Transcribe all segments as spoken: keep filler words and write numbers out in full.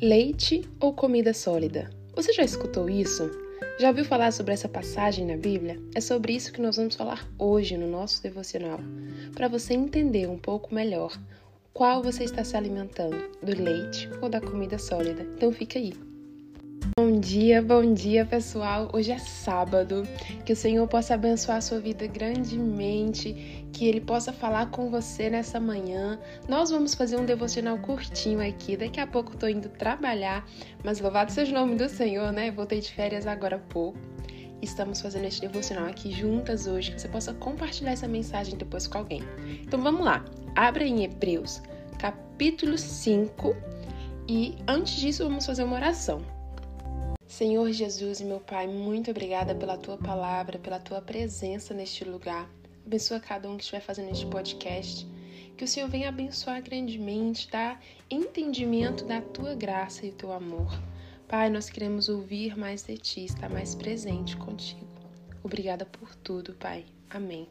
Leite ou comida sólida? Você já escutou isso? Já ouviu falar sobre essa passagem na Bíblia? É sobre isso que nós vamos falar hoje no nosso devocional, para você entender um pouco melhor qual você está se alimentando, do leite ou da comida sólida. Então fica aí. Bom dia, bom dia pessoal! Hoje é sábado, que o Senhor possa abençoar a sua vida grandemente, que Ele possa falar com você nessa manhã. Nós vamos fazer um devocional curtinho aqui, daqui a pouco eu tô indo trabalhar, mas louvado seja o nome do Senhor, né? Voltei de férias agora há pouco. Estamos fazendo este devocional aqui juntas hoje, que você possa compartilhar essa mensagem depois com alguém. Então vamos lá, abra em Hebreus, capítulo cinco, e antes disso vamos fazer uma oração. Senhor Jesus e meu Pai, muito obrigada pela Tua palavra, pela Tua presença neste lugar. Abençoa cada um que estiver fazendo este podcast. Que o Senhor venha abençoar grandemente, dar entendimento da Tua graça e do Teu amor. Pai, nós queremos ouvir mais de Ti, estar mais presente contigo. Obrigada por tudo, Pai. Amém.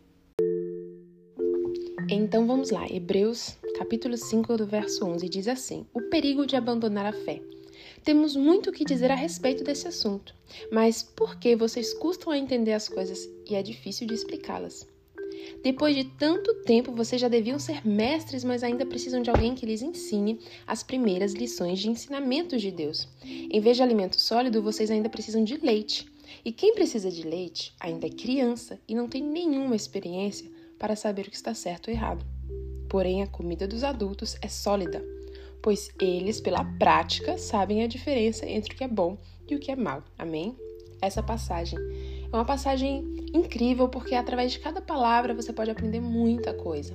Então vamos lá, Hebreus, capítulo cinco, do verso onze, diz assim: o perigo de abandonar a fé. Temos muito o que dizer a respeito desse assunto, mas por que vocês custam a entender as coisas e é difícil de explicá-las? Depois de tanto tempo, vocês já deviam ser mestres, mas ainda precisam de alguém que lhes ensine as primeiras lições de ensinamentos de Deus. Em vez de alimento sólido, vocês ainda precisam de leite. E quem precisa de leite ainda é criança e não tem nenhuma experiência para saber o que está certo ou errado. Porém, a comida dos adultos é sólida, pois eles, pela prática, sabem a diferença entre o que é bom e o que é mal. Amém? Essa passagem é uma passagem incrível, porque através de cada palavra você pode aprender muita coisa.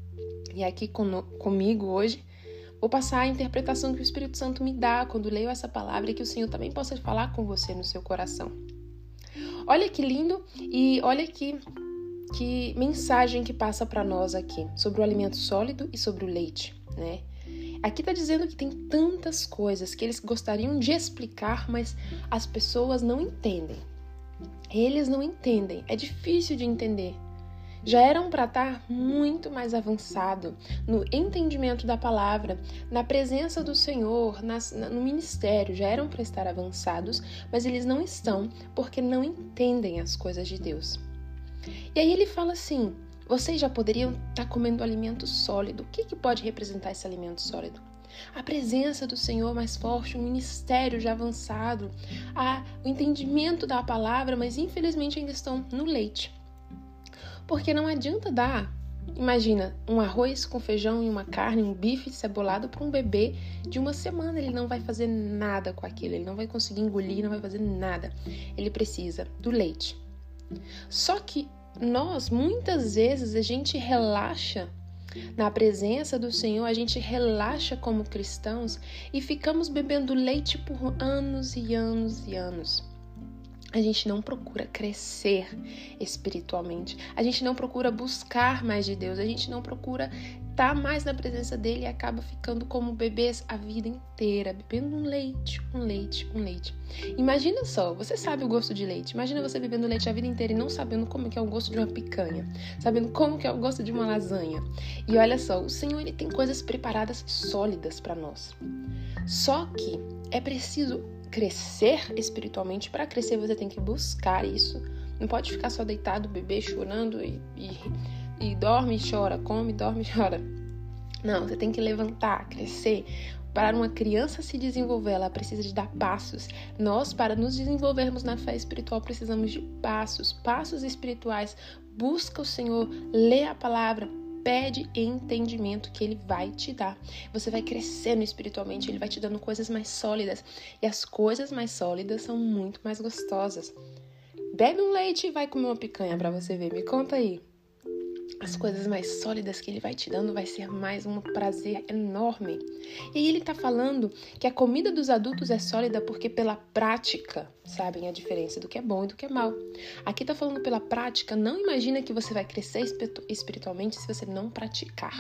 E aqui com, comigo hoje, vou passar a interpretação que o Espírito Santo me dá quando leio essa palavra e que o Senhor também possa falar com você no seu coração. Olha que lindo e olha que, que mensagem que passa para nós aqui sobre o alimento sólido e sobre o leite, né? Aqui está dizendo que tem tantas coisas que eles gostariam de explicar, mas as pessoas não entendem. Eles não entendem, é difícil de entender. Já eram para estar muito mais avançado no entendimento da palavra, na presença do Senhor, nas, no ministério, já eram para estar avançados, mas eles não estão porque não entendem as coisas de Deus. E aí ele fala assim: vocês já poderiam estar comendo alimento sólido. O que, que pode representar esse alimento sólido? A presença do Senhor mais forte, um ministério já avançado, a, o entendimento da palavra, mas infelizmente ainda estão no leite. Porque não adianta dar, imagina, um arroz com feijão e uma carne, um bife cebolado para um bebê de uma semana. Ele não vai fazer nada com aquilo, ele não vai conseguir engolir, não vai fazer nada. Ele precisa do leite. Só que nós, muitas vezes, a gente relaxa na presença do Senhor, a gente relaxa como cristãos e ficamos bebendo leite por anos e anos e anos. A gente não procura crescer espiritualmente, a gente não procura buscar mais de Deus, a gente não procura estar mais na presença dele e acaba ficando como bebês a vida inteira, bebendo um leite, um leite, um leite. Imagina só, você sabe o gosto de leite, imagina você bebendo leite a vida inteira e não sabendo como que é o gosto de uma picanha, sabendo como que é o gosto de uma lasanha. E olha só, o Senhor, ele tem coisas preparadas sólidas para nós. Só que é preciso crescer espiritualmente. Para crescer você tem que buscar isso. Não pode ficar só deitado, bebê, chorando e, e, e dorme e chora, come, dorme e chora. Não, você tem que levantar, crescer. Para uma criança se desenvolver, ela precisa de dar passos. Nós, para nos desenvolvermos na fé espiritual, precisamos de passos, passos espirituais. Busca o Senhor, lê a palavra, pede entendimento que Ele vai te dar. Você vai crescendo espiritualmente, Ele vai te dando coisas mais sólidas. E as coisas mais sólidas são muito mais gostosas. Bebe um leite e vai comer uma picanha para você ver. Me conta aí. As coisas mais sólidas que Ele vai te dando vai ser mais um prazer enorme. E aí Ele está falando que a comida dos adultos é sólida porque pela prática sabem a diferença do que é bom e do que é mal. Aqui está falando pela prática. Não imagina que você vai crescer espiritualmente se você não praticar.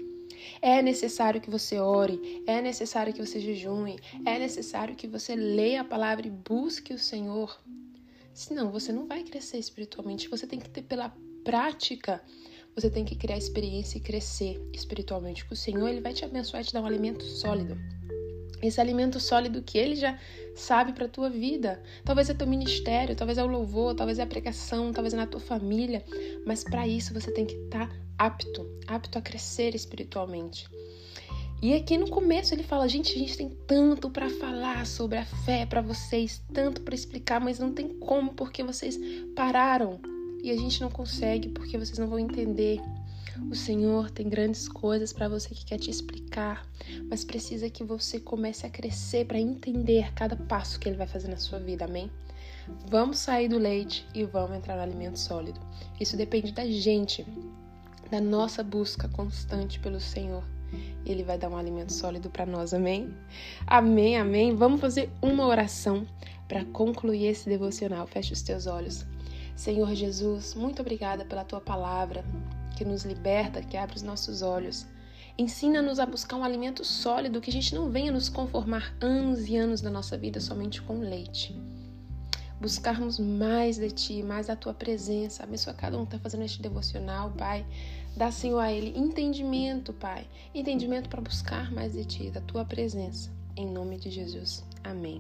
É necessário que você ore, é necessário que você jejue, é necessário que você leia a palavra e busque o Senhor. Senão você não vai crescer espiritualmente. Você tem que ter pela prática. Você tem que criar experiência e crescer espiritualmente com o Senhor. Ele vai te abençoar e te dar um alimento sólido. esse alimento sólido que Ele já sabe para a tua vida. Talvez é teu ministério, talvez é o louvor, talvez é a pregação, talvez é na tua família, mas para isso você tem que estar apto, apto a crescer espiritualmente. E aqui no começo ele fala, gente, a gente tem tanto para falar sobre a fé para vocês, tanto para explicar, mas não tem como porque vocês pararam e a gente não consegue porque vocês não vão entender. O Senhor tem grandes coisas para você que quer te explicar, mas precisa que você comece a crescer para entender cada passo que Ele vai fazer na sua vida, amém? Vamos sair do leite e vamos entrar no alimento sólido. Isso depende da gente, da nossa busca constante pelo Senhor. Ele vai dar um alimento sólido para nós, amém? Amém, amém. Vamos fazer uma oração para concluir esse devocional. Feche os teus olhos. Senhor Jesus, muito obrigada pela tua palavra, que nos liberta, que abre os nossos olhos. Ensina-nos a buscar um alimento sólido, que a gente não venha nos conformar anos e anos da nossa vida somente com leite. Buscarmos mais de Ti, mais da Tua presença. Abençoa cada um que está fazendo este devocional, Pai. Dá, Senhor, a ele entendimento, Pai. Entendimento para buscar mais de Ti, da Tua presença. Em nome de Jesus. Amém.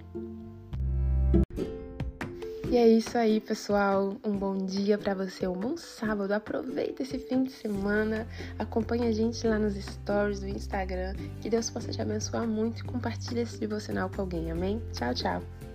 E é isso aí, pessoal. Um bom dia para você, um bom sábado. Aproveita esse fim de semana. Acompanhe a gente lá nos stories do Instagram. Que Deus possa te abençoar muito e compartilhe esse devocional com alguém. Amém? Tchau, tchau.